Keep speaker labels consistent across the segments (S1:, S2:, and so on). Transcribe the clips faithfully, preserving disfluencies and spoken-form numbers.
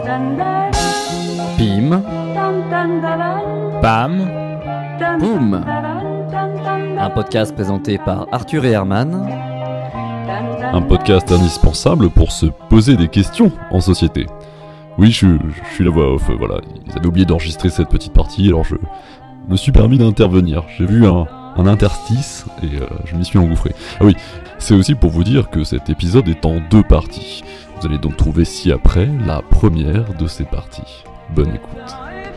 S1: Pim.
S2: Pam.
S1: Boum. Un podcast présenté par Arthur et Herman.
S3: Un podcast indispensable pour se poser des questions en société. Oui, je, je suis la voix off, voilà. Ils avaient oublié d'enregistrer cette petite partie, alors je me suis permis d'intervenir. J'ai vu un, un interstice et euh, je m'y suis engouffré. Ah oui, c'est aussi pour vous dire que cet épisode est en deux parties. Vous allez donc trouver ci-après la première de ces parties. Bonne écoute.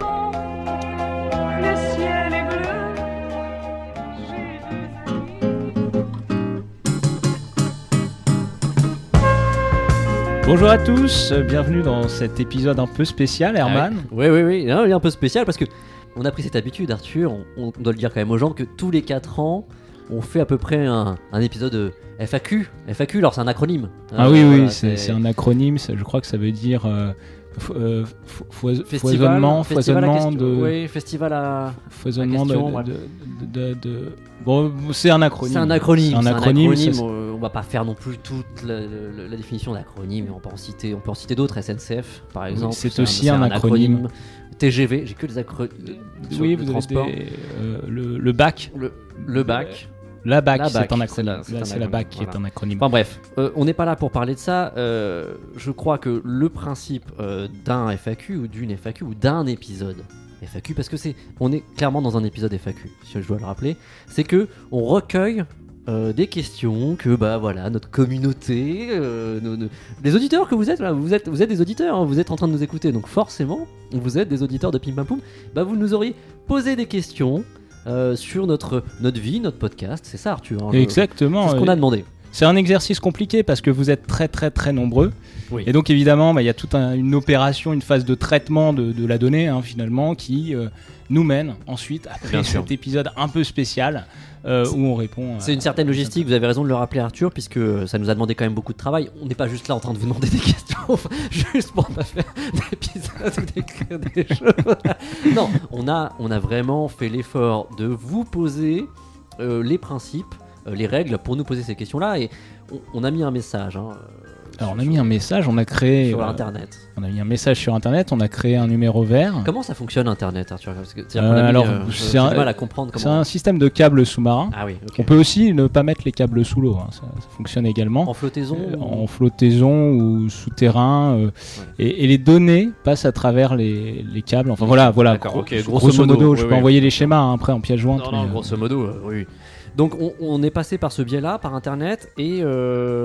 S2: Bonjour à tous, bienvenue dans cet épisode un peu spécial, Herman.
S1: Ah oui, oui, oui, non, il est un peu spécial parce que on a pris cette habitude, Arthur, on, on doit le dire quand même aux gens, que tous les quatre ans, on fait à peu près un, un épisode F A Q. F A Q, alors c'est un acronyme.
S2: Ah euh, oui, oui, voilà, c'est, c'est un acronyme, ça, je crois que ça veut dire euh, fo- euh, fo- fo-
S1: festival,
S2: foisonnement,
S1: festival
S2: foisonnement
S1: à
S2: de...
S1: Oui, festival à...
S2: Foisonnement
S1: à question,
S2: de,
S1: voilà.
S2: de, de, de, de... Bon, c'est un acronyme.
S1: C'est un acronyme,
S2: c'est un
S1: c'est
S2: acronyme,
S1: un acronyme
S2: ça,
S1: on, on va pas faire non plus toute la, la, la définition d'acronyme, on peut en citer, on peut en citer d'autres, S N C F par exemple.
S2: Oui, c'est,
S1: c'est
S2: aussi
S1: un,
S2: un,
S1: c'est
S2: acronyme.
S1: un acronyme. T G V, j'ai que des acronymes.
S2: Oui,
S1: le
S2: vous avez
S1: transport.
S2: des, euh, le, le bac.
S1: Le, le bac.
S2: La BAC,
S1: La
S2: c'est
S1: BAC,
S2: un
S1: c'est
S2: acronyme.
S1: la- c'est
S2: Là,
S1: un
S2: c'est la
S1: acronyme,
S2: BAC qui
S1: voilà.
S2: est un acronyme.
S1: Enfin bref, euh, on n'est pas là pour parler de ça. Euh, je crois que le principe euh, d'un F A Q ou d'une F A Q ou d'un épisode F A Q, parce que c'est, on est clairement dans un épisode F A Q, si je dois le rappeler, c'est que on recueille euh, des questions que bah voilà notre communauté, euh, nos- nos- les auditeurs que vous êtes là, vous êtes, vous êtes des auditeurs, hein, vous êtes en train de nous écouter, donc forcément vous êtes des auditeurs de Pim Pam Poum. Bah vous nous auriez posé des questions. Euh, sur notre, notre vie, notre podcast, c'est ça Arthur hein, je-
S2: Exactement.
S1: C'est ce qu'on a demandé.
S2: C'est un exercice compliqué parce que vous êtes très très très nombreux.
S1: Oui.
S2: Et donc évidemment, bah, il y a toute un, une opération, une phase de traitement de, de la donnée hein, finalement qui euh, nous mène ensuite après
S1: Bien sûr.
S2: cet épisode un peu spécial euh, où on répond.
S1: C'est une certaine logistique, vous avez raison de le rappeler Arthur, puisque ça nous a demandé quand même beaucoup de travail. On n'est pas juste là en train de vous demander des questions, juste pour pas faire d'épisodes ou d'écrire des choses. Non, on a, on a vraiment fait l'effort de vous poser euh, les principes, euh, les règles pour nous poser ces questions-là, et on, on a mis un message. Hein,
S2: Alors on a mis un message, on a créé.
S1: sur
S2: euh,
S1: Internet.
S2: On a mis un message sur Internet, on a créé un numéro vert.
S1: Comment ça fonctionne Internet, Arthur? Parce que,
S2: Euh,
S1: on a mis,
S2: alors,
S1: euh,
S2: c'est
S1: j'ai
S2: un-
S1: du mal à comprendre
S2: C'est
S1: comment.
S2: un système de câbles sous-marins.
S1: Ah oui, ok.
S2: On peut aussi ne pas mettre les câbles sous l'eau, hein, ça, ça fonctionne également.
S1: En flottaison
S2: Euh,
S1: ou-
S2: en flottaison ou souterrain euh, et, et les données passent à travers les, les câbles enfin voilà voilà
S1: D'accord,
S2: gros-
S1: ok,
S2: grosso,
S1: grosso
S2: modo,
S1: modo,
S2: je
S1: oui,
S2: peux
S1: oui.
S2: envoyer les schémas hein, après en pièce jointe
S1: Non, non,
S2: mais, euh,
S1: grosso modo, euh, oui. Donc on, on est passé par ce biais-là, par Internet, et euh,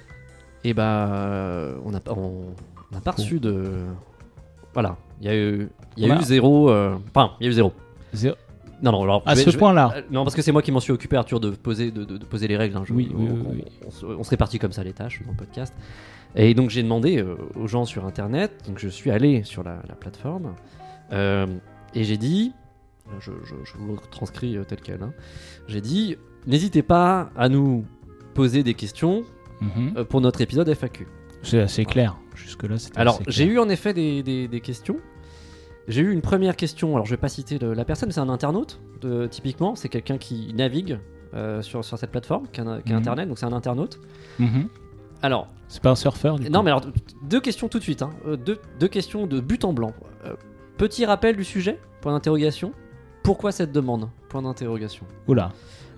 S1: et bah euh, on n'a pas on, on n'a pas reçu de voilà, il y a eu il y a
S2: On a-
S1: eu zéro, euh, enfin il y a eu zéro.
S2: zéro-
S1: Non non, alors,
S2: à
S1: je vais-
S2: ce
S1: je vais-
S2: point-là
S1: euh, non parce que c'est moi qui m'en suis occupé Arthur de poser de, de- de poser les règles. Hein, je-
S2: Oui, oui,
S1: on,
S2: oui,
S1: on-
S2: oui.
S1: on se- on se répartit comme ça les tâches dans le podcast. Et donc j'ai demandé euh, aux gens sur Internet, donc je suis allé sur la, la plateforme euh, et j'ai dit, je, je, je vous le transcris euh, tel quel, hein. J'ai dit, n'hésitez pas à nous poser des questions
S2: Mhm.
S1: euh, pour notre épisode F A Q.
S2: C'est assez clair jusque là c'était
S1: Alors
S2: assez
S1: j'ai
S2: clair.
S1: eu en effet des, des- des questions. J'ai eu une première question, alors je vais pas citer le- la personne, c'est un internaute, de, typiquement, c'est quelqu'un qui navigue euh, sur, sur cette plateforme, qui a, qui a
S2: Mhm.
S1: Internet, donc c'est un internaute.
S2: Mhm.
S1: Alors,
S2: C'est pas un surfeur du
S1: non
S2: coup.
S1: mais alors, deux questions tout de suite, hein. Euh, deux, deux questions de but en blanc. Euh, petit rappel du sujet, point d'interrogation. Pourquoi cette demande? Point d'interrogation.
S2: Oula.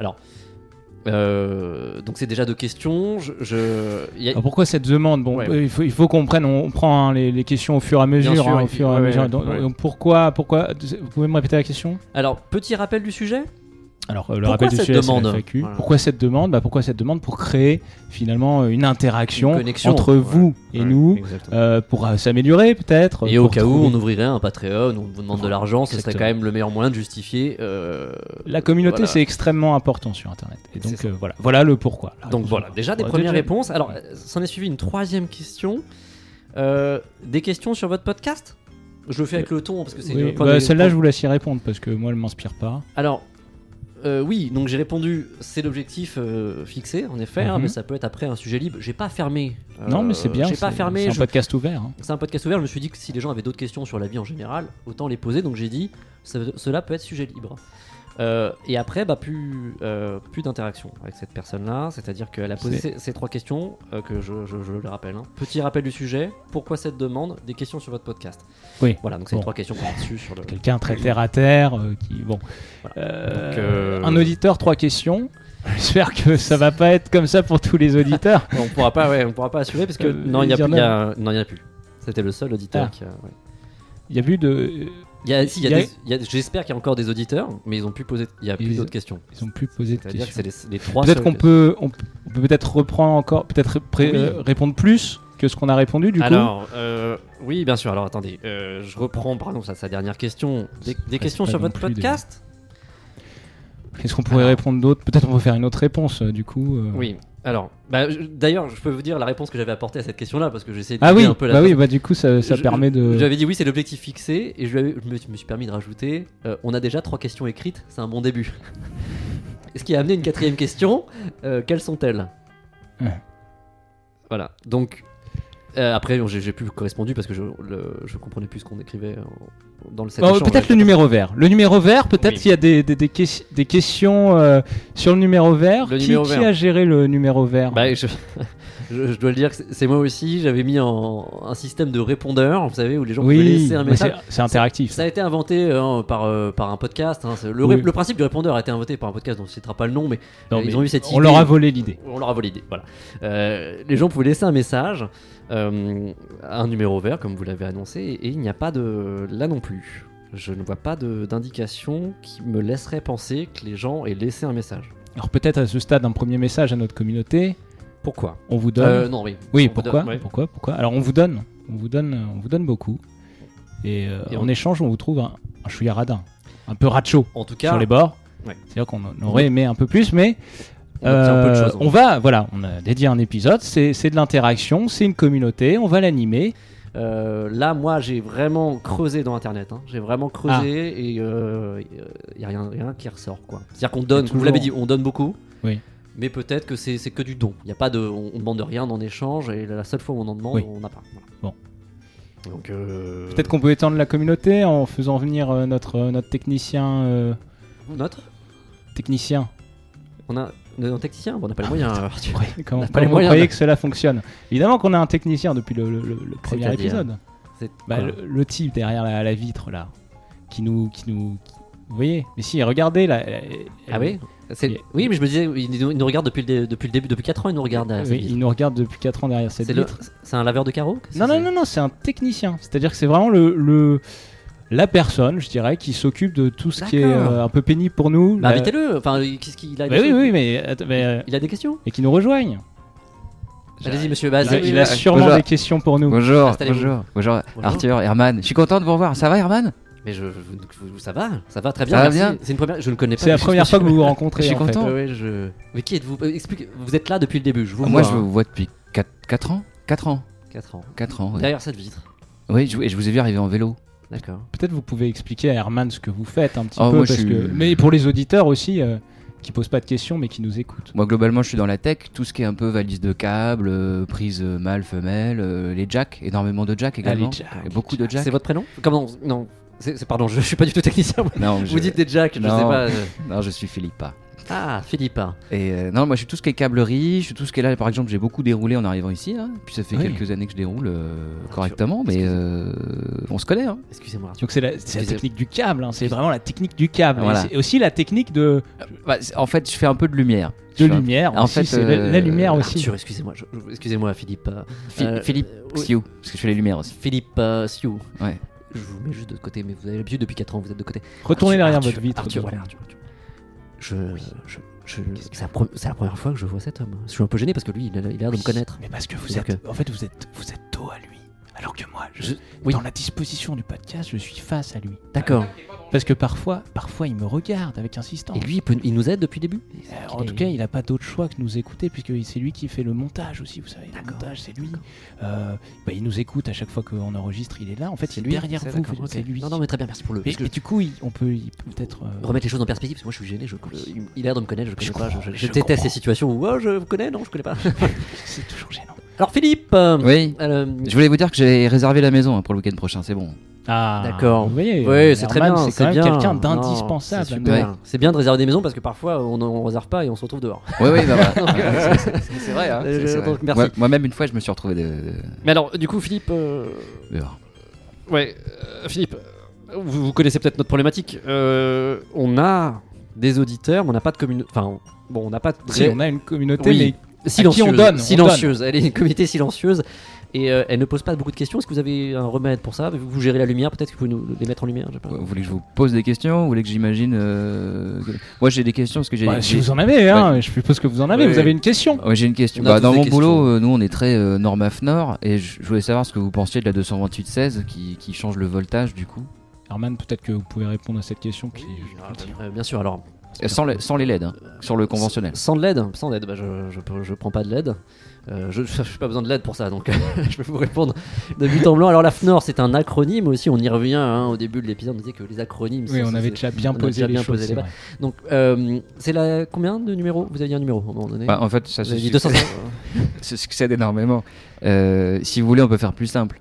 S1: Euh, donc c'est déjà deux questions. Je, je... il y a-
S2: Alors pourquoi cette demande bon
S1: Ouais.
S2: euh, il faut il faut qu'on prenne on prend hein, les, les questions au fur et à mesure
S1: sûr,
S2: hein,
S1: ouais.
S2: au fur et à
S1: Ouais,
S2: mesure
S1: ouais,
S2: donc,
S1: ouais.
S2: donc pourquoi pourquoi vous pouvez me répéter la question?
S1: Alors petit rappel du sujet.
S2: Alors, euh, le
S1: Pourquoi
S2: rappel du
S1: cette
S2: sujet, c'est la
S1: demande
S2: F A Q.
S1: Voilà.
S2: Pourquoi cette demande bah, Pourquoi cette demande Pour créer finalement euh, une interaction
S1: Une connexion,
S2: entre
S1: ouais.
S2: vous et
S1: Ouais,
S2: nous,
S1: exactement.
S2: euh, pour euh, s'améliorer peut-être.
S1: Et
S2: pour
S1: au cas où
S2: trouver-
S1: on ouvrirait un Patreon, on vous demande de l'argent, ce serait
S2: Exactement.
S1: quand même le meilleur moyen de justifier. euh,
S2: La communauté,
S1: voilà.
S2: c'est extrêmement important sur Internet. Et
S1: C'est
S2: donc
S1: ça.
S2: euh, voilà. voilà le pourquoi. La
S1: Donc
S2: réponse.
S1: voilà, déjà des
S2: Ouais,
S1: premières
S2: déjà.
S1: réponses. Alors, euh, s'en est suivi une troisième question. Euh, des questions sur votre podcast? Je le fais avec le ton parce que c'est
S2: Oui,
S1: le point
S2: bah,
S1: de-
S2: celle-là, je vous laisse y répondre parce que moi, elle m'inspire pas.
S1: Alors, euh, oui, donc j'ai répondu, c'est l'objectif euh, fixé, en effet, hein,
S2: Mhm.
S1: mais ça peut être après un sujet libre. J'ai pas fermé. euh,
S2: non, mais c'est bien.
S1: J'ai pas
S2: c'est-
S1: fermé.
S2: C'est un
S1: je-
S2: podcast ouvert. hein.
S1: C'est un podcast ouvert. Je me suis dit que si les gens avaient d'autres questions sur la vie en général, autant les poser. Donc j'ai dit, ce- cela peut être sujet libre. Euh, et après, bah, plus, euh, plus d'interaction avec cette personne-là. C'est-à-dire qu'elle a posé ces, ces trois questions euh, que je, je, je le rappelle. Hein. Petit rappel du sujet. Pourquoi cette demande? Des questions sur votre podcast.
S2: Oui.
S1: Voilà, donc c'est
S2: Bon.
S1: les trois questions qu'on a reçues sur le.
S2: Quelqu'un très terre à terre euh, qui bon.
S1: Voilà.
S2: Euh,
S1: Donc, euh,
S2: Un auditeur, trois questions. J'espère que ça va pas être comme ça pour tous les auditeurs.
S1: on pourra pas, ouais, on pourra pas assurer parce que
S2: Euh,
S1: non, il y a
S2: il y
S1: plus.
S2: en
S1: il y
S2: a-
S1: a- Non, il y en a plus. C'était le seul auditeur
S2: Ah.
S1: qui a. Ouais.
S2: Il y a plus de,
S1: Il y a, si, il y a
S2: Il y a-
S1: des- il y a- j'espère qu'il y a encore des auditeurs, mais ils ont pu poser. Il y a plus
S2: Ils-
S1: d'autres questions.
S2: ils ont plus posé de
S1: C'est-à-dire
S2: questions.
S1: que c'est les, les trois.
S2: Peut-être
S1: seules
S2: qu'on
S1: questions.
S2: peut, on, peut- on peut peut-être reprendre encore, peut-être pré-
S1: Oui.
S2: euh, répondre plus que ce qu'on a répondu du coup.
S1: Alors, euh, oui, bien sûr. Alors, attendez, euh, je reprends par exemple sa, sa dernière question. Des, des questions
S2: pas
S1: sur
S2: non
S1: votre
S2: plus des-
S1: podcast
S2: Qu'est-ce qu'on pourrait
S1: Alors-
S2: répondre d'autre? Peut-être on peut faire une autre réponse euh, du coup. euh.
S1: Oui. Alors, bah, je- d'ailleurs, je peux vous dire la réponse que j'avais apportée à cette question-là parce que j'essaie de
S2: Ah oui,
S1: un peu la
S2: bah oui, bah du coup ça, ça
S1: Je-
S2: permet de.
S1: J'avais dit oui, c'est l'objectif fixé et je, lui avais- je me, je me suis permis de rajouter euh, on a déjà trois questions écrites, c'est un bon début. Ce qui a amené une quatrième question euh, quelles sont-elles?
S2: Ouais.
S1: Voilà, donc euh, après j'ai, j'ai plus correspondu parce que je, le- je comprenais plus ce qu'on écrivait euh, dans le cet
S2: Oh,
S1: échange.
S2: peut-être le numéro vert. Le numéro vert, peut-être
S1: Oui.
S2: qu'il y a des, des, des, ques- des questions euh, sur le numéro vert.
S1: Le
S2: qui
S1: numéro
S2: qui
S1: vert.
S2: a géré le numéro vert?
S1: Bah, je, je, je dois le dire que c'est, c'est moi aussi, j'avais mis en, un système de répondeur, vous savez, où les gens pouvaient
S2: Oui,
S1: laisser un
S2: bah,
S1: message.
S2: c'est c'est interactif.
S1: Ça a été inventé euh, par, euh, par un podcast. Hein. C'est- Le,
S2: Oui.
S1: ré- le principe du répondeur a été inventé par un podcast dont on ne citera pas le nom, mais
S2: Non,
S1: euh, ils
S2: mais
S1: ont eu cette
S2: on
S1: idée.
S2: leur a volé l'idée.
S1: On leur a volé l'idée. Voilà. Euh, les gens pouvaient laisser un message, euh, un numéro vert, comme vous l'avez annoncé, et il n'y a pas de. Là non plus. Je ne vois pas de- d'indication qui me laisserait penser que les gens aient laissé un message.
S2: Alors peut-être à ce stade un premier message à notre communauté.
S1: Pourquoi
S2: On vous donne.
S1: Euh, Non, oui.
S2: oui,
S1: On vous
S2: pourquoi,
S1: donne- ouais.
S2: pourquoi, pourquoi Alors on vous donne, on vous donne, on vous donne beaucoup. Et, euh,
S1: Et
S2: en
S1: on-
S2: échange, on vous trouve un, un chouïa radin, un peu racho
S1: En tout cas,
S2: sur les bords.
S1: ouais.
S2: C'est-à-dire qu'on en aurait aimé un peu plus, mais
S1: on obtient peu de
S2: euh,
S1: choses.
S2: on va, voilà, on a dédié un épisode. C'est c'est de l'interaction, c'est une communauté. On va l'animer.
S1: Euh, là, moi, j'ai vraiment creusé dans Internet. Hein. J'ai vraiment creusé et il euh, n'y a rien, rien qui ressort. Quoi. C'est-à-dire qu'on donne,
S2: toujours-
S1: vous l'avez dit, on donne beaucoup.
S2: Oui.
S1: Mais peut-être que c'est, c'est que du don. Il y a pas de, on, on demande rien en échange et la seule fois où on en demande,
S2: Oui.
S1: on n'a pas.
S2: Bon.
S1: Voilà. Donc, euh,
S2: Peut-être qu'on peut étendre la communauté en faisant venir euh, notre euh, notre technicien euh,
S1: notre,
S2: technicien.
S1: on a un technicien. Bon, on n'a pas les moyens. Arthur.
S2: Oui, comment
S1: On n'a pas les
S2: comment vous
S1: moyens,
S2: croyez
S1: là.
S2: que cela fonctionne? Évidemment qu'on a un technicien depuis le, le- le- le premier
S1: C'est-à-dire
S2: épisode.
S1: C'est
S2: Bah,
S1: quoi
S2: le, le type derrière la, la vitre là, qui nous, qui nous, qui- vous voyez? Mais si, regardez là.
S1: Ah oui. C'est-
S2: il-
S1: Oui, mais je me disais, il nous, il nous regarde depuis le, dé- depuis le début, depuis quatre ans, il nous regarde. derrière cette
S2: Oui,
S1: vitre.
S2: il nous regarde depuis quatre ans derrière cette
S1: c'est, le-
S2: vitre.
S1: c'est un laveur de carreaux. Qu'est-ce
S2: Non,
S1: que
S2: non,
S1: c'est
S2: non, non, c'est un technicien. C'est-à-dire que c'est vraiment le, le- la personne, je dirais, qui s'occupe de tout ce qui est
S1: D'accord.
S2: euh, un peu pénible pour nous.
S1: Bah,
S2: La-
S1: invitez-le. Enfin, qu'est-ce qu'il a
S2: Bah
S1: des
S2: oui,
S1: choses-
S2: oui, mais, attends, mais, euh,
S1: Il a des questions.
S2: et qui nous rejoignent.
S1: Allez-y, monsieur. Bah,
S2: Il a,
S1: c'est-
S2: il a sûrement
S4: Bonjour.
S2: des questions pour nous.
S4: Bonjour,
S1: Installez-vous.
S4: bonjour, bonjour,
S1: Bonjour.
S4: Arthur, Herman. Je suis content de vous revoir. Ça va, Herman?
S1: Mais je, je- je- ça va, ça va très bien.
S4: Ça va
S1: merci.
S4: bien
S1: C'est une première, je ne connais pas.
S2: C'est la
S1: je-
S2: première
S1: je-
S2: fois que vous vous rencontrez.
S4: Je suis
S2: en fait.
S4: content.
S1: Ouais, ouais, je... Mais qui êtes-vous Euh, Explique. Vous êtes là depuis le début. Je vous
S4: Moi,
S1: vois.
S4: je
S1: hein.
S4: vous vois depuis quatre ans. quatre ans.
S1: quatre ans.
S4: quatre ans. Ouais.
S1: Derrière cette vitre.
S4: Oui, je, et je vous ai vu arriver en vélo.
S1: D'accord.
S2: Peut-être vous pouvez expliquer à Herman ce que vous faites un petit
S4: Oh,
S2: peu.
S4: moi, je
S2: parce
S4: suis-
S2: que... Mais pour les auditeurs aussi, euh, qui posent pas de questions mais qui nous écoutent.
S4: Moi, globalement, je suis dans la tech. Tout ce qui est un peu valise de câbles, euh, prise euh, mâle, femelle, euh, les jacks, énormément de jacks également.
S2: les jacks,
S4: Et beaucoup de jacks.
S1: C'est votre prénom Comment Non. C'est, c'est- pardon, je, je suis pas du tout technicien. moi.
S4: Non,
S1: Vous
S4: je...
S1: dites des jacks, je
S4: Non.
S1: sais pas. euh.
S4: non, je suis Philippa.
S1: Ah, Philippe.
S4: Et euh, non, moi, je suis tout ce qui est câblerie. Je suis tout ce qui est là. Par exemple, j'ai beaucoup déroulé en arrivant ici. Hein. Puis ça fait
S2: Oui.
S4: quelques années que je déroule euh,
S1: Ah,
S4: correctement,
S1: tu-
S4: mais
S1: excusez-
S4: euh, on se connaît. Hein.
S1: Excusez-moi, Arthur.
S2: Donc c'est la, c'est la
S1: Excusez-
S2: technique du câble, hein. C'est vraiment la technique du câble. Et
S4: Voilà.
S2: c'est aussi la technique de,
S4: Bah, c'est- en fait, je fais un peu de lumière.
S2: de
S4: Je fais un-
S2: lumière.
S4: En
S2: aussi,
S4: fait,
S2: c'est la,
S4: euh,
S2: la lumière aussi.
S1: Arthur, excusez-moi. je- je- excusez-moi, Philippe. euh,
S4: Phi-
S1: euh,
S4: Philippe
S1: euh, oui.
S4: Xiu, parce que je fais les lumières aussi.
S1: Philippe euh, Sioux.
S4: Ouais.
S1: Je vous mets juste de côté, mais vous avez l'habitude depuis quatre ans, vous êtes de côté.
S2: Retournez
S1: Arthur,
S2: derrière
S1: Arthur,
S2: votre vitre.
S1: Arthur,
S2: deux
S1: voilà,
S2: secondes.
S1: Arthur, Arthur. Je, je, je, c'est, la pre- c'est la première fois que je vois cet homme. Je suis un peu gêné parce que lui, il a, il a l'air de me connaître.
S2: Mais parce que vous
S1: C'est-à-dire
S2: êtes, en fait, vous êtes, vous êtes dos à lui, alors que moi, je-
S1: Je- oui.
S2: dans la disposition du podcast, je suis face à lui.
S1: D'accord.
S2: Parce que parfois, parfois, il me regarde avec insistance.
S1: Et lui, il, peut- il nous aide depuis le début
S2: Euh, en tout cas, il n'a pas d'autre choix que nous écouter, puisque c'est lui qui fait le montage aussi, vous savez. Le
S1: D'accord,
S2: montage, c'est lui. Euh, bah, il nous écoute à chaque fois qu'on enregistre, il est là. En fait,
S1: C'est
S2: il est
S1: lui
S2: derrière
S1: c'est
S2: vous,
S1: d'accord,
S2: c'est
S1: ok.
S2: lui.
S1: Non, non, mais très bien, merci pour le.
S2: Mais,
S1: parce que
S2: mais du coup, il- on peut il peut peut-être. euh,
S1: remettre les choses en perspective, parce que moi je suis gêné. Je, il a l'air de me connaître, je connais
S2: Je
S1: pas. Je,
S2: comprends,
S1: je-
S2: je
S1: je déteste
S2: comprends.
S1: ces situations où oh, je vous connais, non, je connais pas.
S2: c'est toujours gênant.
S1: Alors Philippe, euh,
S4: Oui.
S1: euh,
S4: Je voulais vous dire que j'ai réservé la maison hein, pour le week-end prochain, c'est bon.
S2: Ah,
S1: D'accord.
S2: Vous voyez,
S1: oui, c'est très
S2: Herman,
S1: bien.
S2: C'est
S1: c'est
S2: quand même
S1: bien.
S2: quelqu'un
S1: Non,
S2: d'indispensable.
S1: c'est
S2: à
S1: super.
S2: nous.
S1: C'est bien de réserver des maisons parce que parfois on ne réserve pas et on se retrouve dehors.
S4: Oui, oui, bah voilà. c'est, c'est- c'est vrai. Hein, c'est-
S1: Euh,
S4: c'est vrai.
S1: donc, merci.
S4: Moi- Moi-même, une fois, je me suis retrouvé de, de-
S1: Mais alors, du coup, Philippe, euh,
S4: dehors.
S1: ouais, euh, Philippe, vous, vous connaissez peut-être notre problématique. Euh, on a des auditeurs, mais on n'a pas de communauté. Enfin, bon, on n'a pas de
S2: Si, on a une communauté,
S1: Oui.
S2: mais
S1: silencieuse.
S2: on donne, on
S1: silencieuse. Elle est une communauté silencieuse. Et euh, elle ne pose pas beaucoup de questions. Est-ce que vous avez un remède pour ça? Vous gérez la lumière, peut-être que vous pouvez nous les mettre en lumière, je sais pas.
S4: Vous voulez que je vous pose des questions? Vous voulez que j'imagine euh, que- Moi, j'ai des questions parce que j'ai.
S2: Bah, si
S4: j'ai-
S2: vous en avez, hein, je suppose que vous en avez.
S1: Ouais.
S2: Vous avez une question?
S4: Ouais, j'ai une question.
S1: On a
S4: Bah,
S1: tous
S4: dans
S1: des
S4: mon
S1: questions.
S4: boulot, euh, nous, on est très euh, norme A F N O R et je je voulais savoir ce que vous pensiez de la deux cent vingt-huit seize qui, qui change le voltage du coup.
S2: Herman, peut-être que vous pouvez répondre à cette question. Qui...
S1: Euh, bien sûr. Alors,
S4: Euh, Sans, les- sans les L E D, hein, sur le conventionnel.
S1: sans de L E D, sans de L E D, bah, je, je, peux- je prends pas de L E D. Euh, je n'ai pas besoin de L E D pour ça, donc je vais vous répondre de but en blanc. Alors la F N O R, c'est un acronyme aussi, on y revient hein, au début de l'épisode, on disait que les acronymes...
S2: Oui,
S1: c'est-
S2: on
S1: c'est-
S2: avait
S1: c'est-
S2: déjà bien
S1: on a
S2: posé
S1: déjà
S2: les
S1: bien
S2: choses.
S1: posé
S2: c'est
S1: les
S2: vrai.
S1: Donc euh, c'est la... Combien de numéros? Vous avez dit un numéro à un moment donné?
S4: Bah, en fait, ça
S1: Vous
S4: se
S1: avez dit deux cent cinquante.
S4: se succède énormément. Euh, si vous voulez, on peut faire plus simple.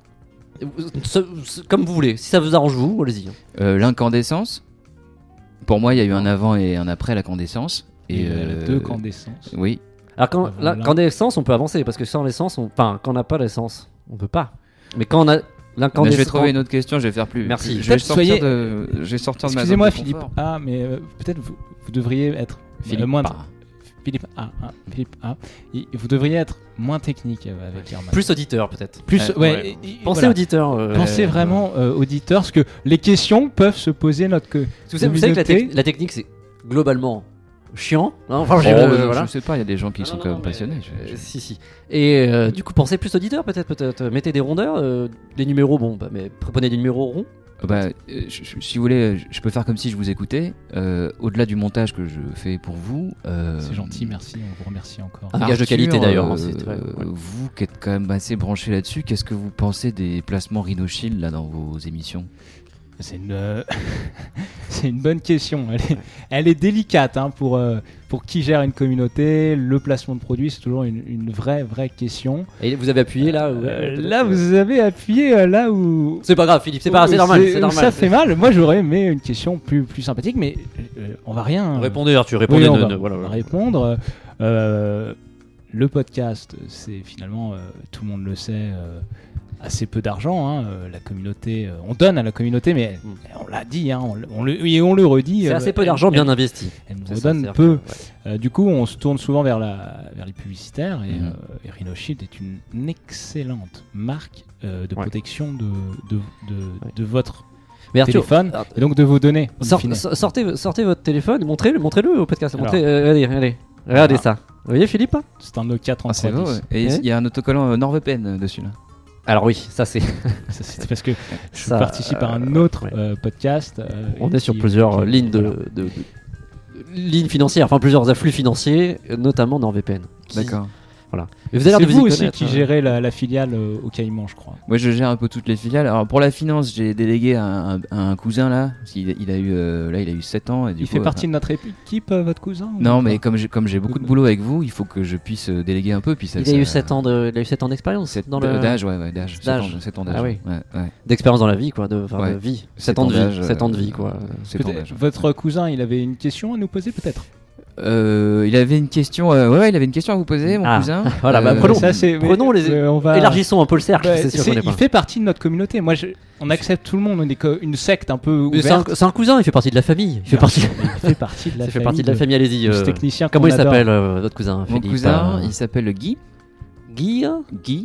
S1: Ce- ce- Comme vous voulez, si ça vous arrange vous, allez-y.
S4: Euh, L'incandescence, pour moi, il y a eu un avant et un après l'incandescence.
S2: Et
S4: Et
S2: euh,
S4: euh,
S2: deux candescences.
S4: Oui.
S1: Alors quand,
S2: Avant
S1: là,
S2: l'un.
S1: quand on a l'essence, on peut avancer, parce que sans l'essence, on... enfin quand on n'a pas l'essence, on peut pas. Mais quand on a
S4: Mais
S1: l'incandescence...
S4: je vais trouver une autre question, je vais faire plus.
S1: Merci.
S4: Je vais
S2: Peut-être
S4: sortir
S2: soyez-
S4: de, je vais sortir de ma
S2: Excusez-moi,
S4: zone de
S2: Philippe
S4: confort.
S2: A, mais euh, peut-être vous, vous devriez être euh,
S4: Philippe
S2: moins.
S4: A.
S2: Philippe A, hein, Philippe A. Et vous devriez être moins technique euh, avec Herman.
S1: Plus auditeur peut-être.
S2: Plus,
S4: Ouais,
S2: ouais.
S1: ouais.
S2: et- et
S1: Pensez
S2: voilà.
S1: auditeur. euh,
S2: Pensez
S1: euh,
S2: vraiment euh, auditeur, parce que les questions peuvent se poser notre que.
S1: Vous savez, vous savez que la,
S2: communauté.
S1: tec- la technique c'est globalement chiant. hein, enfin,
S4: Oh,
S1: je-
S4: euh,
S1: euh, voilà.
S4: Je sais pas, il y a des gens qui
S1: Non,
S4: sont
S1: non,
S4: quand
S1: non,
S4: même
S1: mais-
S4: passionnés.
S1: euh,
S4: Je- je-
S1: si si. Et euh, du coup, pensez plus auditeur peut-être, peut-être. Mettez des rondeurs, euh, des numéros, bon, bah, mais prenez des numéros ronds.
S4: Bah, euh, je- je- si vous voulez, je- je peux faire comme si je vous écoutais. Euh, Au-delà du montage que je fais pour vous. euh,
S2: C'est gentil, merci, on vous remercie encore.
S1: Un gage de qualité, d'ailleurs, hein, c'est très-
S4: euh,
S1: ouais.
S4: Vous qui êtes quand même assez branché là-dessus, qu'est-ce que vous pensez des placements Rhino Shield là dans vos émissions?
S2: C'est une, euh, c'est une bonne question. Elle est, elle est délicate hein, pour, euh, pour qui gère une communauté. Le placement de produits, c'est toujours une, une vraie, vraie question.
S1: Et vous avez appuyé là. ouais,
S2: Euh,
S1: peut-être,
S2: là,
S1: euh,
S2: vous avez appuyé euh, là où.
S1: C'est pas grave, Philippe. C'est pas,
S2: où
S1: c'est normal.
S2: c'est-
S1: C'est
S2: où
S1: normal.
S2: Ça fait mal. Moi, j'aurais aimé une question plus, plus sympathique, mais euh, on va rien.
S1: Répondez, Arthur.
S2: Oui,
S1: Répondez.
S2: on
S1: ne-
S2: va,
S1: ne- voilà,
S2: on va
S1: voilà.
S2: répondre. Euh, le podcast, c'est finalement, euh, tout le monde le sait, euh, assez peu d'argent. hein, euh, La communauté, euh, on donne à la communauté, mais
S1: Mm.
S2: on l'a dit, hein, on, le- on le, et on le redit.
S1: C'est
S2: euh,
S1: assez peu
S2: elle-
S1: d'argent bien
S2: elle-
S1: investi.
S2: Elle nous
S1: C'est ça,
S2: redonne
S1: c'est-à-dire
S2: peu.
S1: que, ouais.
S2: Euh, du coup, on se tourne souvent vers, la, vers les publicitaires et,
S4: Mhm.
S2: euh, et Rhino Shield est une excellente marque euh, de
S1: Ouais.
S2: protection de, de, de,
S1: Ouais.
S2: de votre
S1: Mais Arthur,
S2: téléphone
S1: Ar-
S2: et donc de vos données. in
S1: Sort-
S2: fine.
S1: so- sortez, sortez votre téléphone, montrez-le, montrez-le au podcast.
S2: Alors.
S1: Montrez, euh, allez, allez, regardez
S2: Voilà.
S1: ça. Vous voyez Philippe?
S2: C'est un Nokia
S4: Ah, c'est
S2: trente-trois
S4: beau,
S2: dix.
S4: ouais. Et
S1: Ouais.
S4: il y a un autocollant euh, NordVPN euh, dessus là.
S1: Alors oui, ça c'est.
S2: Ça, C'est parce que je
S1: Ça,
S2: participe à un
S1: euh,
S2: autre
S1: ouais.
S2: euh, podcast. euh,
S1: On
S2: et
S1: est sur
S2: qui-
S1: plusieurs
S2: qui-
S1: euh, lignes de,
S2: voilà.
S1: de- de- lignes financières, enfin plusieurs afflux financiers, euh, notamment NordVPN. qui-
S4: D'accord.
S1: Voilà. Et vous avez l'air
S2: C'est
S1: de
S2: vous
S1: vous y
S2: aussi
S1: connaître,
S2: qui
S1: hein.
S2: gérez la, la filiale euh, au Caïman, je crois.
S4: Moi, je gère un peu toutes les filiales. Alors, pour la finance, j'ai délégué à un, à un cousin là. Parce qu'il- il a eu, euh, là, il a eu sept ans. Et du
S2: Il
S4: coup,
S2: fait
S4: euh,
S2: partie de notre équipe, euh, votre cousin ou
S4: Non,
S2: pas
S4: mais comme j'ai comme j'ai beaucoup de boulot avec vous, il faut que je puisse euh, déléguer un peu. Puis ça,
S1: Il
S4: ça-
S1: a eu sept ans de, il a eu sept ans d'expérience
S4: sept-
S1: dans le
S4: d'âge, ouais, ouais, d'âge.
S1: D'âge.
S4: sept ans- sept ans d'âge.
S1: Ah oui.
S4: Ouais, ouais.
S1: d'expérience dans la vie quoi, de, enfin,
S4: Ouais.
S1: de vie.
S4: sept
S1: sept ans de
S4: d'âge,
S1: vie, sept ans de
S4: euh,
S1: vie quoi.
S4: sept ans
S2: Peut-être-
S4: d'âge.
S2: Votre cousin, il avait une question à nous poser peut-être.
S4: Euh, il avait une question. euh, ouais, ouais, il avait une question à vous poser, mon
S1: Ah,
S4: cousin.
S1: voilà, bah,
S4: Euh,
S1: prenons-
S2: Ça, c'est-
S1: prenons les-
S2: euh, on va-
S1: Élargissons un peu le cercle,
S2: Ouais,
S1: c'est sûr
S2: c'est-
S1: qu'on est
S2: il
S1: pas.
S2: fait partie de notre communauté. Moi, je- on accepte tout le monde. On est co- une secte un peu
S1: Mais c'est un,
S2: ouverte.
S1: c'est un cousin, il fait partie de la famille. Il fait
S2: Bien
S1: partie,
S2: sûr, il fait partie de la
S1: il fait
S2: famille.
S1: partie de la famille. Allez-y.
S2: de ce
S1: euh,
S2: technicien
S1: Comment
S2: qu'on
S1: il
S2: adore.
S1: s'appelle euh, votre cousin
S4: Mon
S1: Philippe,
S4: cousin,
S1: euh,
S4: il s'appelle Guy.
S1: Guy.
S4: Guy.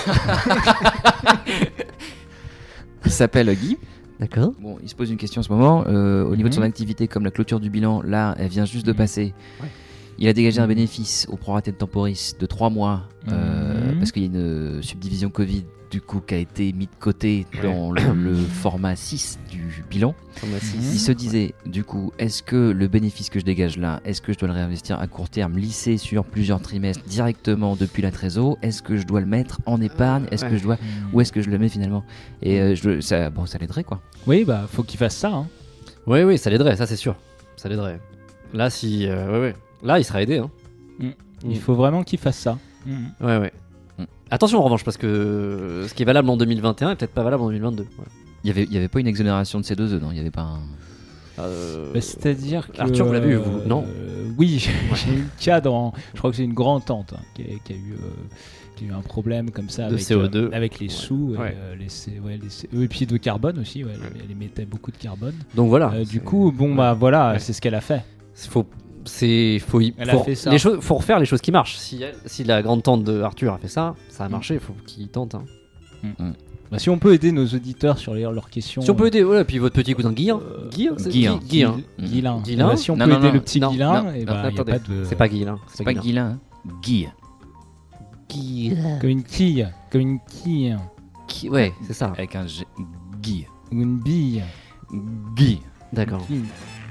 S4: il s'appelle Guy.
S1: D'accord.
S4: Bon, il se pose une question en ce moment. euh, au niveau de son
S2: Mhm.
S4: activité, comme la clôture du bilan, là, elle vient juste de
S2: Mhm.
S4: passer.
S2: Ouais.
S4: Il a dégagé un
S2: Mhm.
S4: bénéfice au prorata de temporis de trois mois euh,
S2: Mhm.
S4: parce qu'il y a une euh, subdivision Covid du coup qui a été mise de côté dans le, le format six du bilan. Il se disait du coup, est-ce que le bénéfice que je dégage là, est-ce que je dois le réinvestir à court terme, lissé sur plusieurs trimestres directement depuis la trésor? Est-ce que je dois le mettre en épargne? Est-ce que
S1: Ouais.
S4: je dois où est-ce que je le mets finalement? Et euh, je, ça, bon, ça l'aiderait quoi.
S2: Oui, bah, faut qu'il fasse ça. hein.
S1: Oui, oui, ça l'aiderait, ça c'est sûr. Ça l'aiderait. Là, si. euh, ouais, ouais. Là, il sera aidé. Hein.
S2: Mm.
S1: Mm.
S2: Il faut vraiment qu'il fasse ça. Mhm.
S1: Ouais, ouais. Attention en revanche, parce que ce qui est valable en deux mille vingt et un est peut-être pas valable en deux mille vingt-deux. Voilà.
S4: Il y avait, il y avait pas une exonération de C deux E, non? Il y avait pas un...
S1: Euh...
S2: Bah, c'est-à-dire que...
S1: Arthur, vous l'avez eu, vous? Non
S2: euh, Oui, j'ai eu le cas dans... Je crois que c'est une grand-tante hein, qui, a, qui, a eu, euh, qui a eu un problème comme ça
S1: de
S2: avec,
S1: C O deux.
S2: Euh, avec les
S1: ouais.
S2: sous,
S1: Ouais.
S2: Et, euh, les, C- ouais, les C- et puis de carbone aussi, ouais, elle, elle émettait beaucoup de carbone.
S1: Donc voilà.
S2: Euh, du coup, bon bah voilà,
S1: Ouais.
S2: c'est ce qu'elle a fait.
S1: Faut, c'est, faut, y-
S2: Elle
S1: faut,
S2: a fait ça.
S1: Les choses, faut refaire les choses qui marchent. Si, elle- si la grande tante de Arthur a fait ça, ça a marché. Faut qu'il tente. Hein.
S2: Bah, si on peut aider nos auditeurs sur les, leurs questions.
S1: Si on peut aider, voilà. Puis votre petit cousin Guillaume.
S2: Euh,
S1: Guillaume, c'est
S4: Guillaume.
S1: Guy- Guillaume.
S2: Guy- Guilin.
S1: Guilin.
S2: Eh ben, si on
S4: Non,
S2: peut
S4: non,
S2: aider
S4: non,
S2: le petit
S1: non,
S2: Guilin,
S1: non,
S2: et
S1: non,
S2: bah, y a
S1: attendez,
S2: pas de...
S1: C'est pas Guillaume.
S4: C'est pas Guilin, hein. Guy.
S1: Guy.
S2: Comme une quille, comme une quille,
S1: Qui- Ouais, c'est ça.
S4: Avec un G. Guy.
S2: ou une bille.
S4: Guy.
S1: D'accord.
S2: Quille.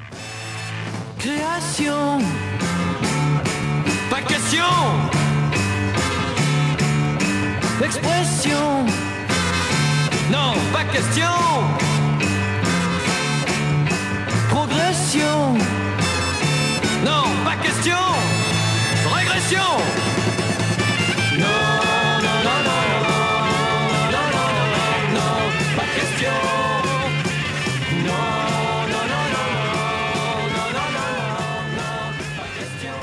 S5: Création, pas question. Expression, non, pas question. Progression, non, pas question. Régression, non, non, non, non, non, non, non, non, non, pas question. Non, non, non, non, non, non, non, non, pas question.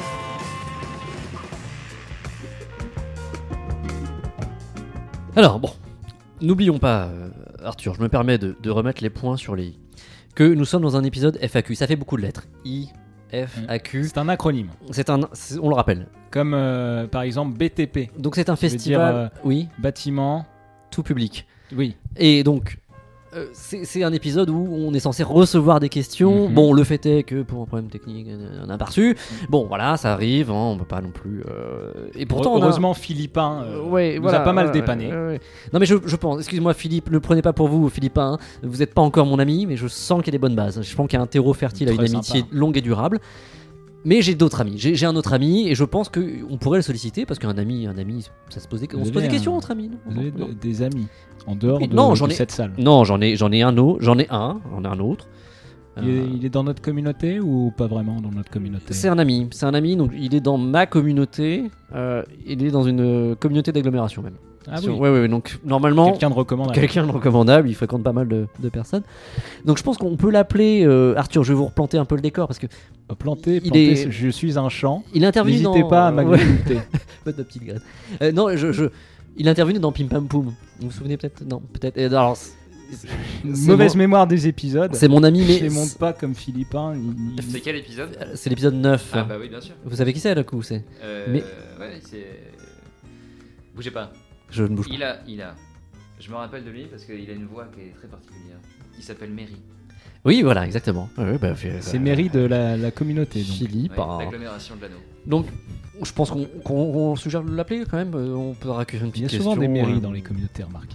S1: Alors bon, n'oublions pas, euh, Arthur, je me permets de, de remettre les points sur les i. Que nous sommes dans un épisode F A Q. Ça fait beaucoup de lettres. I, F, A, Q.
S2: C'est un acronyme.
S1: C'est un, c'est- on le rappelle.
S2: Comme euh, par exemple B T P,
S1: Donc c'est un
S2: Ça veut
S1: festival,
S2: dire, euh,
S1: oui,
S2: bâtiment.
S1: tout public.
S2: Oui.
S1: Et donc, euh, c'est c'est un épisode où on est censé recevoir des questions.
S2: Mhm.
S1: Bon, le fait est que pour un problème technique, on n'a pas reçu. Bon, voilà, ça arrive, hein, on peut pas non plus. euh, Et pourtant, on a-
S2: Heureusement, Philippin euh,
S1: Ouais,
S2: nous
S1: voilà,
S2: a pas mal
S1: ouais,
S2: dépanné.
S1: ouais, ouais. Non, mais je, je pense, excuse-moi Philippe, ne le prenez pas pour vous, Philippin. Hein. Vous n'êtes pas encore mon ami, mais je sens qu'il y a des bonnes bases. Je pense qu'il y a un terreau fertile à une
S2: Très
S1: amitié
S2: sympa.
S1: longue et durable. Mais j'ai d'autres amis. J'ai j'ai un autre ami et je pense qu'on pourrait le solliciter parce qu'un ami, un ami, ça se pose des, on
S2: Vous
S1: se pose des
S2: avez
S1: questions
S2: un-
S1: entre amis. Non,
S2: Vous
S1: non,
S2: avez
S1: non.
S2: de- des amis en dehors
S1: Oui,
S2: de,
S1: non,
S2: de
S1: j'en ai-
S2: cette salle.
S1: Non, j'en ai, j'en ai un autre, j'en ai un, j'en ai un autre.
S2: Il, est,
S1: Euh,
S2: il est dans notre communauté ou pas vraiment dans notre communauté?
S1: C'est un ami, c'est un ami, donc il est dans ma communauté. euh, il est dans une euh, communauté d'agglomération même.
S2: Ah
S1: Sur-
S2: oui.
S1: ouais, ouais, ouais, donc normalement.
S2: Quelqu'un de recommandable.
S1: Quelqu'un de recommandable, il fréquente pas mal de, de personnes. Donc je pense qu'on peut l'appeler euh, Arthur, je vais vous replanter un peu le décor parce que
S2: Planter,
S1: Il
S2: planter,
S1: est-
S2: je suis un champ.
S1: il est intervenu
S2: N'hésitez
S1: dans
S2: pas à
S1: Ouais,
S2: m'agrémenter.
S1: pas de petite graine. Euh, non, je, je- il est intervenu dans Pim Pam Poum. Vous vous souvenez peut-être? Non, peut-être. Euh, Alors, c'est- c'est
S2: Mauvaise
S1: mon-
S2: mémoire des épisodes.
S1: c'est mon ami,
S2: Je
S1: mais
S2: les monte pas comme Philippin. ni- ni-
S4: C'est quel épisode?
S1: c'est- c'est l'épisode neuf.
S4: Ah bah oui, bien sûr.
S1: Vous savez qui c'est, là, coup c'est
S4: Euh,
S1: Mais-
S4: Ouais, c'est... Bougez pas.
S1: Je ne bouge pas.
S4: Il a, il a... Je me rappelle de lui parce qu'il a une voix qui est très particulière. Il s'appelle Mary.
S1: Oui, voilà, exactement. Ouais, bah, fait-
S2: C'est
S1: bah,
S2: mairie de la, la communauté. Donc.
S1: Philippe.
S4: Ouais,
S1: hein.
S4: l'agglomération de l'anneau.
S1: Donc, je pense qu'on qu'on- qu'on suggère de l'appeler quand même. euh, On peut accueillir une
S2: Il y
S1: petite
S2: a souvent
S1: question.
S2: des mairies
S1: euh.
S2: dans les communautés, remarquez.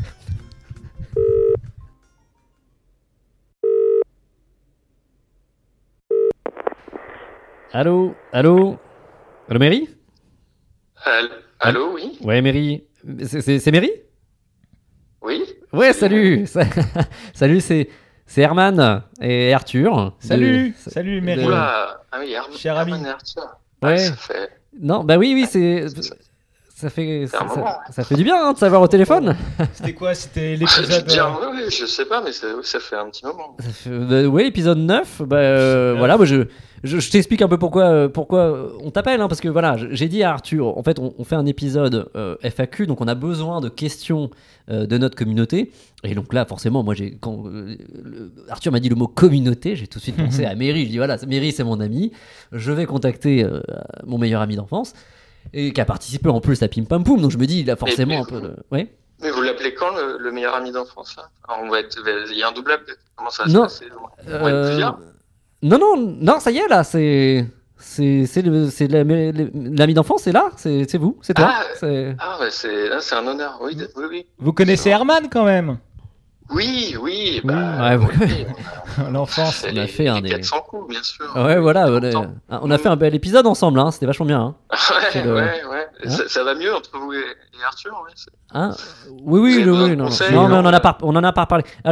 S1: Allô, allô, allô, Mary?
S6: Allô, allô, oui,
S1: Ouais, Mary. C'est- C'est c'est Mary?
S6: oui.
S1: Ouais, salut. Ça- salut, c'est c'est Herman et Arthur. de-
S2: Salut, salut
S1: de-
S2: Mairie.
S6: Oula, ah oui, Herman,
S2: Cher ami.
S6: Herman et Arthur.
S1: Ouais.
S6: Ah, ça fait...
S1: Non, bah oui, oui, c'est ça fait
S6: C'est un
S1: ça,
S6: moment,
S1: ça- ça fait du bien hein, de savoir au téléphone.
S2: C'était quoi? C'était
S6: Je
S2: l'épisode.
S6: dire,
S2: euh,
S6: oui, oui, je sais pas, mais ça, oui, ça fait un petit moment.
S1: Ça fait- bah, ouais, épisode neuf. Bah euh,
S2: neuf.
S1: voilà, moi je je, je t'explique un peu pourquoi euh, pourquoi euh, on t'appelle hein, parce que voilà, je- j'ai dit à Arthur, en fait, on, on fait un épisode euh, F A Q, donc on a besoin de questions euh, de notre communauté. Et donc là, forcément, moi, j'ai quand euh, le- Arthur m'a dit le mot communauté, j'ai tout de suite pensé à Mary. Je dis voilà, Mary, c'est mon ami. Je vais contacter euh, mon meilleur ami d'enfance et qui a participé en plus à Pim Pam Poum. Donc je me dis, il a forcément
S6: mais
S1: un peu de. Ouais.
S6: Mais vous l'appelez quand le, le meilleur ami d'enfance là? Alors, on va être, il y a un double appel. Comment ça va
S1: Non.
S6: se passer? On va être
S1: Euh,
S6: plusieurs.
S1: non, non, non, ça y est là, c'est. C'est c'est le- c'est l'ami l'ami d'enfance, c'est là, c'est c'est vous, c'est toi.
S6: Ah,
S1: c'est-
S6: Ah, bah, c'est, là, c'est un honneur. Oui, d- oui, oui.
S2: Vous connaissez Herman quand même?
S6: Oui, oui.
S2: Oui,
S6: Bah,
S1: ouais,
S6: oui,
S2: L'enfance.
S1: on a fait un
S6: des
S1: des-
S6: quatre cents coups, bien sûr.
S1: Ouais, voilà, on
S6: Longtemps.
S1: a, on a fait un bel épisode ensemble, hein, c'était vachement bien. Hein. C'est
S6: Ouais,
S1: le-
S6: ouais, ouais.
S1: Hein
S6: ça, ça va mieux entre vous et, et Arthur, oui. c'est-
S1: Hein oui, oui,
S6: Vous avez
S1: oui,
S6: besoin
S1: oui,
S6: de
S1: non,
S6: conseils,
S1: non, mais
S6: non
S1: on en a pas, on en a pas parlé. Alors,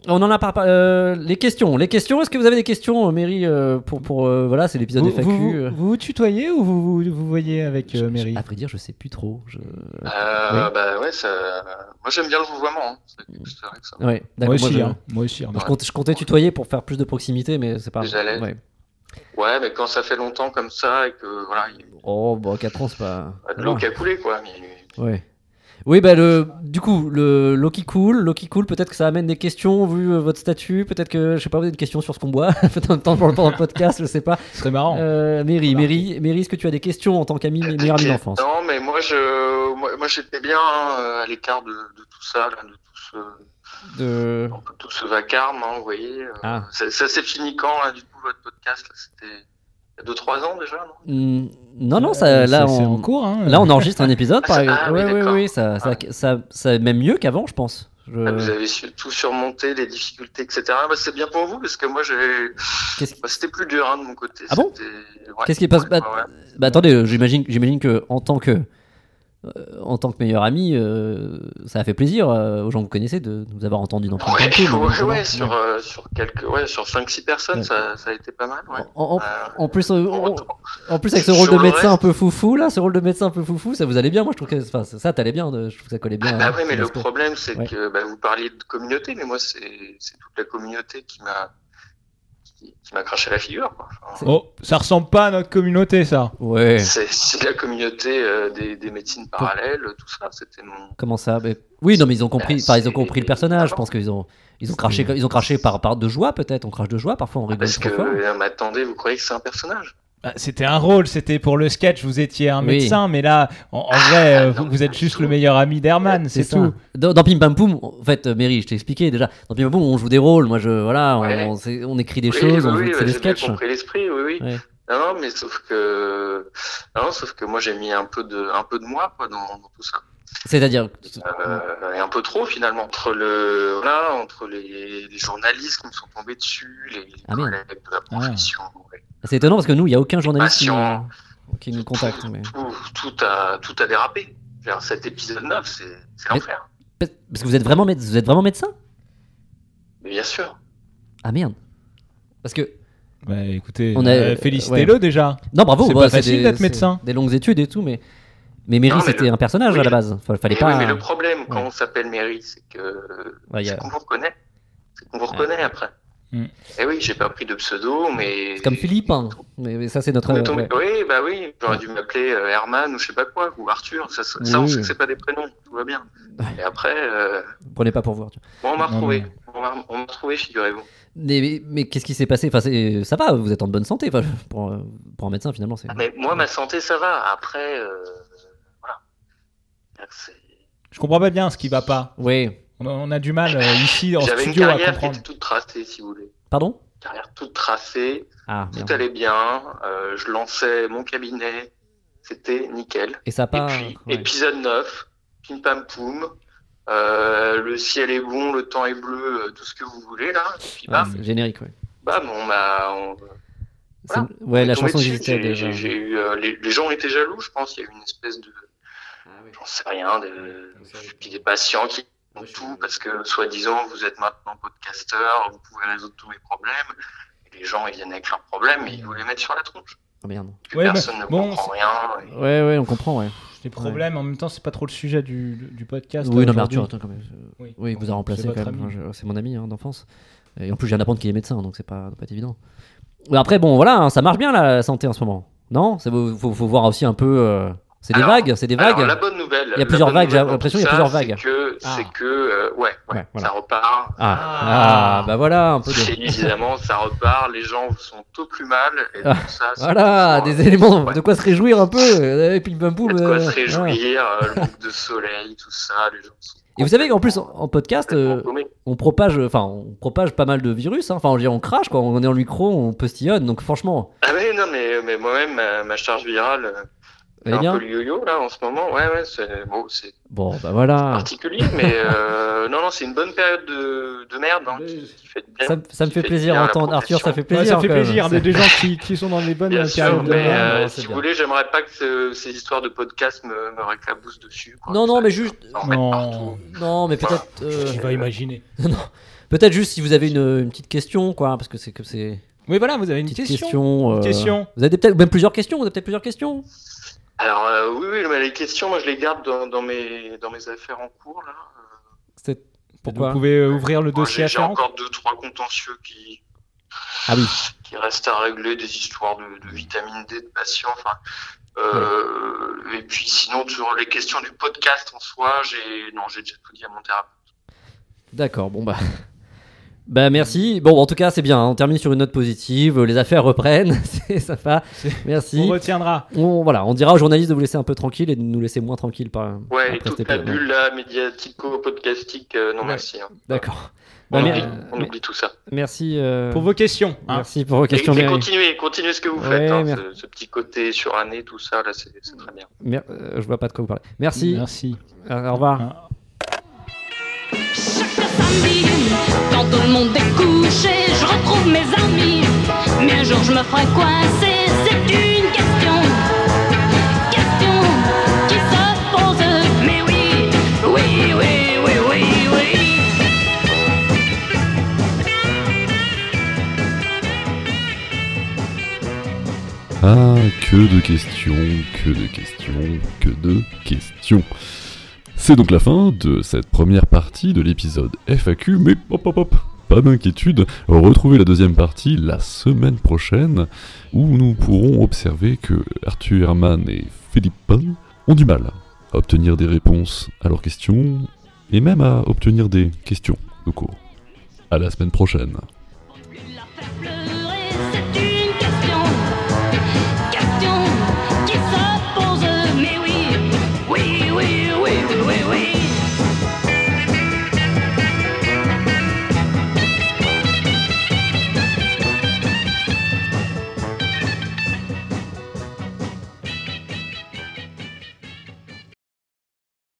S1: On en a pas euh, les questions. Les questions. Est-ce que vous avez des questions, Mary, euh, pour pour euh, voilà, c'est l'épisode
S2: Vous,
S1: F A Q.
S2: vous,
S1: euh.
S2: vous vous tutoyez ou vous vous, vous voyez avec
S1: Je-
S2: euh,
S1: je-
S2: Mary?
S1: À vrai dire, je sais plus trop. Je...
S6: Euh, Bah ouais, ça... moi j'aime bien le vouvoiement. Hein. C'est c'est vrai que ça.
S1: Ouais,
S2: Moi
S1: d'accord.
S2: aussi,
S1: je...
S2: hein. Moi aussi. hein.
S1: je comptais, je comptais tutoyer pour faire plus de proximité, mais c'est pas.
S6: J'allais.
S1: Ouais.
S6: Ouais, mais quand ça fait longtemps comme ça et que voilà, il y
S1: Oh, bon, quatre ans, c'est pas.
S6: a de l'eau qui a coulé quoi. Mais...
S1: Ouais. Oui, bah le, du coup, le Loki Cool, Loki Cool, peut-être que ça amène des questions vu euh, votre statut, peut-être que, je sais pas, vous avez une question sur ce qu'on boit, en même temps pendant le podcast, je sais pas.
S2: Ce serait marrant.
S1: Euh, Mary, Mary, Mary, est-ce que tu as des questions en tant qu'ami, meilleure amie d'enfance?
S6: Non, mais moi je, moi, moi, j'étais bien hein, à l'écart de, de tout ça, là, de tout ce,
S1: De...
S6: un peu tout ce vacarme, hein, vous voyez. euh,
S1: Ah.
S6: Ça, ça s'est fini quand là, du coup, votre podcast là, c'était il y a deux trois ans déjà, non?
S1: Mm, non, non, ça,
S2: Euh,
S1: là,
S2: c'est- c'est
S1: on...
S2: en cours. Hein.
S1: là, on enregistre un épisode,
S6: Ah,
S1: par
S6: ça-
S1: exemple.
S6: ah, oui,
S1: ouais, ouais,
S6: d'accord.
S1: ouais, ça, ça,
S6: Ah.
S1: ça, ça, même mieux qu'avant, je pense. Je...
S6: Ah, vous avez su tout surmonter, les difficultés, et cetera. Bah, c'est bien pour vous parce que moi, j'ai,
S1: Qu'est-ce qui...
S6: bah, c'était plus dur hein, de mon côté.
S1: Ah bon
S6: C'était- ouais.
S1: Qu'est-ce qui passe?
S6: Ouais,
S1: Bah,
S6: ouais, ouais.
S1: bah, attendez, euh, j'imagine, j'imagine que en tant que euh, en tant que meilleur ami, euh, ça a fait plaisir euh, aux gens que vous connaissez de nous avoir entendu dans Pim Pam
S6: Ouais,
S1: Poum,
S6: ouais,
S1: notamment.
S6: ouais, sur, euh, sur quelques, ouais, sur cinq six personnes,
S1: Ouais.
S6: ça, ça a été pas mal, ouais.
S1: En, en-
S6: Euh,
S1: en plus, euh,
S6: en
S1: en,
S6: retour.
S1: en plus avec ce rôle
S6: Sur
S1: de
S6: le
S1: médecin un
S6: reste-
S1: peu foufou là, ce rôle de médecin un peu foufou, ça vous allait bien. Moi, je trouve que enfin, ça t'allait bien. de- Je trouve que ça collait bien.
S6: Ah
S1: hein,
S6: oui, mais le
S1: l'aspect.
S6: problème, c'est
S1: Ouais.
S6: que bah, vous parliez de communauté, mais moi, c'est c'est toute la communauté qui m'a qui, qui m'a craché la figure. Quoi. Enfin,
S2: Oh, ça ressemble pas à notre communauté, ça.
S1: Ouais.
S6: c'est c'est la communauté euh, des, des médecines parallèles, tout ça. C'était mon.
S1: Comment ça? Mais... Oui, non, mais ils ont compris.
S6: Bah,
S1: Enfin, ils ont
S6: c'est-
S1: compris le personnage. Je
S6: Ah
S1: pense qu'ils ont ils ont craché, ils ont craché par par de joie peut-être. On crache de joie. Parfois, on rigole
S6: Parce
S1: trop
S6: que,
S1: fort.
S6: euh, mais attendez, vous croyez que c'est un personnage?
S2: Bah, c'était un rôle, c'était pour le sketch, vous étiez un
S1: Oui.
S2: médecin, mais là, en, en vrai, euh,
S6: non,
S2: vous, vous êtes
S6: pas
S2: juste
S6: du
S2: le
S6: tout.
S2: meilleur ami d'Herman, c'est
S1: ça.
S2: tout.
S1: Dans, dans Pim Pam Poum, en fait, euh, Mary, je t'ai expliqué déjà. Dans Pim Pam Poum, on joue des rôles. Moi, je voilà,
S6: Ouais.
S1: on, c'est- on écrit des
S6: Oui,
S1: choses,
S6: oui,
S1: on joue
S6: oui,
S1: c'est
S6: ouais,
S1: des
S6: j'ai bien
S1: sketchs.
S6: compris l'esprit, oui, oui.
S1: Ouais.
S6: Non, non, mais sauf que, non, sauf que moi, j'ai mis un peu de, un peu de moi, quoi, dans, dans tout ça.
S1: C'est-à-dire,
S6: Euh, et un peu trop finalement entre le voilà entre les, les journalistes qui me sont tombés dessus, les, les
S1: Ah, merde.
S6: collègues de la profession, ouais.
S1: c'est étonnant parce que nous, il y a aucun journaliste qui nous,
S6: Patient.
S1: qui nous contacte. Mais...
S6: tout, tout a tout a dérapé. Je veux dire, cet épisode neuf, c'est c'est
S1: Mais-
S6: l'enfer.
S1: Parce que vous êtes vraiment, méde- vous êtes vraiment médecin?
S6: Mais bien sûr.
S1: Ah merde. Parce que
S2: Bah écoutez,
S1: On a-
S2: euh, félicitez-le déjà.
S1: non, bravo.
S2: C'est
S1: bah,
S2: pas facile
S1: des-
S2: d'être
S1: c'est
S2: médecin.
S1: Des longues études et tout, mais mais Mary,
S6: Non, mais
S1: c'était
S6: le-
S1: un personnage
S6: oui,
S1: à la base. Fa- Fallait
S6: Mais
S1: pas.
S6: oui, mais le problème quand
S1: Ouais.
S6: on s'appelle Mary, c'est que
S1: Ouais, y a-
S6: c'est qu'on vous reconnaît, c'est qu'on vous reconnaît après.
S2: Mm.
S6: Et oui, j'ai pas pris de pseudo, mais
S1: C'est comme Philippe, hein. mais, mais ça c'est notre.
S6: On est tombé-
S1: ouais.
S6: Oui, bah oui, j'aurais dû m'appeler euh, Herman ou je sais pas quoi, ou Arthur. Ça, ça, ça, on
S1: Oui.
S6: sait que c'est pas des prénoms, tout va bien.
S1: Ouais.
S6: Et après, euh,
S1: Prenez pas pour voir. tu vois.
S6: bon, on m'a
S2: Non,
S6: retrouvé.
S2: non.
S6: On m'a on m'a retrouvé, figurez-vous.
S1: Mais, mais, mais qu'est-ce qui s'est passé? Enfin, c'est- ça va, vous êtes en bonne santé. Enfin, pour, euh, pour un médecin, finalement, c'est.
S6: Mais moi, ma santé, ça va. Après, euh, voilà. C'est-
S2: Je comprends pas bien ce qui va pas.
S1: Oui.
S2: On a, on a du mal euh, ici en
S6: J'avais une
S2: studio à
S6: carrière qui
S2: comprendre.
S6: était toute tracée, si vous voulez.
S1: Pardon?
S6: Carrière toute tracée,
S1: Ah,
S6: tout
S1: merde.
S6: allait bien. euh, je lançais mon cabinet, c'était nickel.
S1: Et ça a pas.
S6: Et puis,
S1: ouais.
S6: épisode neuf, Pim Pam Poum, euh, le ciel est bon, le temps est bleu, euh, tout ce que vous voulez là. Et puis
S1: Ouais,
S6: bam,
S1: c'est générique, ouais.
S6: bam, on m'a. on-
S1: C'est-
S6: Voilà.
S1: Ouais,
S6: on
S1: la
S6: est tombé
S1: chanson
S6: dessus.
S1: existait
S6: J'ai-
S1: déjà.
S6: j'ai- j'ai eu, euh, les, les gens étaient jaloux, je pense. Il y a eu une espèce de. J'en sais rien, de, puis des patients qui font tout parce que, soi-disant, vous êtes maintenant podcasteur, vous pouvez résoudre tous mes problèmes. Et les gens, ils viennent avec leurs problèmes et ils vous les mettent sur la tronche.
S1: Oh, merde.
S6: Que
S2: Ouais,
S6: personne
S2: mais
S6: ne
S2: bon,
S6: comprend rien. et-
S1: Ouais, ouais, on comprend, ouais.
S2: Des problèmes, en même temps, c'est pas trop le sujet du, du podcast.
S1: Oui, non, mais
S2: aujourd'hui.
S1: Arthur, attends, quand même. euh,
S2: Oui,
S1: Oui, il vous a remplacé
S2: c'est
S1: quand
S2: votre
S1: même.
S2: ami.
S1: Enfin, je- C'est mon ami hein, d'enfance. Et en plus, je viens d'apprendre qu'il est médecin, donc c'est pas, pas évident. Mais après, bon, voilà, hein, ça marche bien la santé en ce moment. Non? Il faut, faut, faut voir aussi un peu. euh, C'est des
S6: Alors-
S1: vagues, c'est des vagues.
S6: Alors, la bonne nouvelle.
S1: Il y a
S6: la
S1: plusieurs
S6: bonne
S1: vagues, j'ai
S6: nouvelle dans
S1: l'impression
S6: tout
S1: qu'il y a
S6: ça,
S1: plusieurs vagues.
S6: C'est que,
S1: Ah.
S6: c'est que euh, ouais, ouais,
S1: Ouais, voilà.
S6: ça repart.
S1: Ah,
S2: Ah.
S1: ah, bah voilà, un peu de.
S6: Et évidemment, ça repart. Les gens sont au plus mal. Et
S1: Ah,
S6: tout ça, c'est
S1: Voilà,
S6: toujours,
S1: des
S6: euh,
S1: éléments
S6: ouais.
S1: de quoi se réjouir un peu. euh, Et puis Pim Poum.
S6: Il y a de quoi
S1: euh,
S6: se
S1: voilà.
S6: réjouir, euh, le manque de soleil, tout ça. Les gens sont
S1: Et vous savez qu'en plus, en, en podcast, euh,
S6: complètement paumés.
S1: on propage, enfin, on propage pas mal de virus. hein. Enfin, on, on crache, quoi. On est en micro, on postillonne. Donc, franchement,
S6: Ah oui, non, mais, mais moi-même, ma, ma charge virale, euh, C'est
S1: Eh
S6: un
S1: bien
S6: peu le yo-yo là en ce moment. Ouais, ouais, c'est bon, c'est
S1: Bon, bah voilà.
S6: particulier, mais euh, non, non, c'est une bonne période de, de merde hein, qui, qui fait bien.
S1: Ça, ça me
S6: qui
S1: fait
S6: fait
S1: plaisir
S6: bien à la
S1: d'entendre. Arthur, ça
S6: profession.
S1: fait
S2: Ouais,
S1: plaisir.
S2: ça fait
S1: quand même.
S2: plaisir,
S1: Ça-
S2: des, des gens qui, qui sont dans des bonnes
S6: Bien sûr,
S2: périodes de
S6: mais
S2: merde.
S6: euh,
S1: non, c'est
S6: si
S1: bien.
S6: vous voulez, j'aimerais pas que ce- ces histoires de podcast me, me réclaboussent dessus. Quoi.
S1: Non, non,
S6: Ça-
S1: mais
S6: ça-
S1: juste-
S6: ça en met
S2: Non.
S6: partout.
S1: Non, mais peut-être. euh,
S2: Tu vas imaginer.
S1: Peut-être juste si vous avez une, une petite question, quoi, parce que c'est que c'est
S2: Oui, voilà, vous avez une
S1: petite
S2: question.
S1: question.
S2: Une
S1: euh,
S2: question.
S1: Vous avez peut-être même plusieurs questions. Vous avez peut-être plusieurs questions.
S6: Alors euh, oui, oui, mais les questions, moi je les garde dans, dans mes dans mes affaires en cours là.
S1: C'est pourquoi
S2: Vous pouvez euh, ouvrir le
S6: Moi,
S2: dossier
S6: j'ai, j'ai
S2: affaires.
S6: encore deux trois contentieux qui
S1: Ah oui.
S6: qui restent à régler, des histoires de, de vitamine D de patients. Enfin, euh, et puis sinon sur les questions du podcast en soi, j'ai non, j'ai déjà tout dit à mon thérapeute.
S1: D'accord. Bon bah. Bah merci. Bon, en tout cas, c'est bien. hein, On termine sur une note positive. Les affaires reprennent. C'est sympa. Merci.
S2: On retiendra.
S1: On, voilà, on dira aux journalistes de vous laisser un peu tranquille et de nous laisser moins tranquille par.
S6: Ouais, et
S1: après
S6: toute
S1: cet
S6: la
S1: épisode.
S6: bulle là, médiatico-podcastique, euh, non
S1: Ouais.
S6: merci. hein.
S1: D'accord.
S6: On,
S1: Bah,
S6: oublie,
S1: mais-
S6: on
S1: mais-
S6: oublie tout ça.
S1: Merci. euh,
S2: Pour vos questions. hein.
S1: Merci pour vos
S6: Et,
S1: questions.
S6: et
S1: Mary.
S6: continuez, continuez ce que vous
S1: Ouais,
S6: faites. hein,
S1: merci.
S6: ce, ce petit côté surannée, tout ça, là, c'est, c'est très bien.
S1: Mer- euh, je vois pas de quoi vous parlez. Merci.
S2: Merci.
S1: Euh, au revoir.
S2: Ah.
S7: Chaque samedi, quand tout le monde est couché, je retrouve mes amis. Mais un jour je me ferai coincer, c'est une question, question qui se pose. Mais oui, oui, oui, oui, oui, oui.
S3: Ah, que de questions, que de questions, que de questions. C'est donc la fin de cette première partie de l'épisode F A Q, mais hop hop hop, pas d'inquiétude, retrouvez la deuxième partie la semaine prochaine, où nous pourrons observer que Arthur Herman et Philippe Paul ont du mal à obtenir des réponses à leurs questions, et même à obtenir des questions de cours. À la semaine prochaine.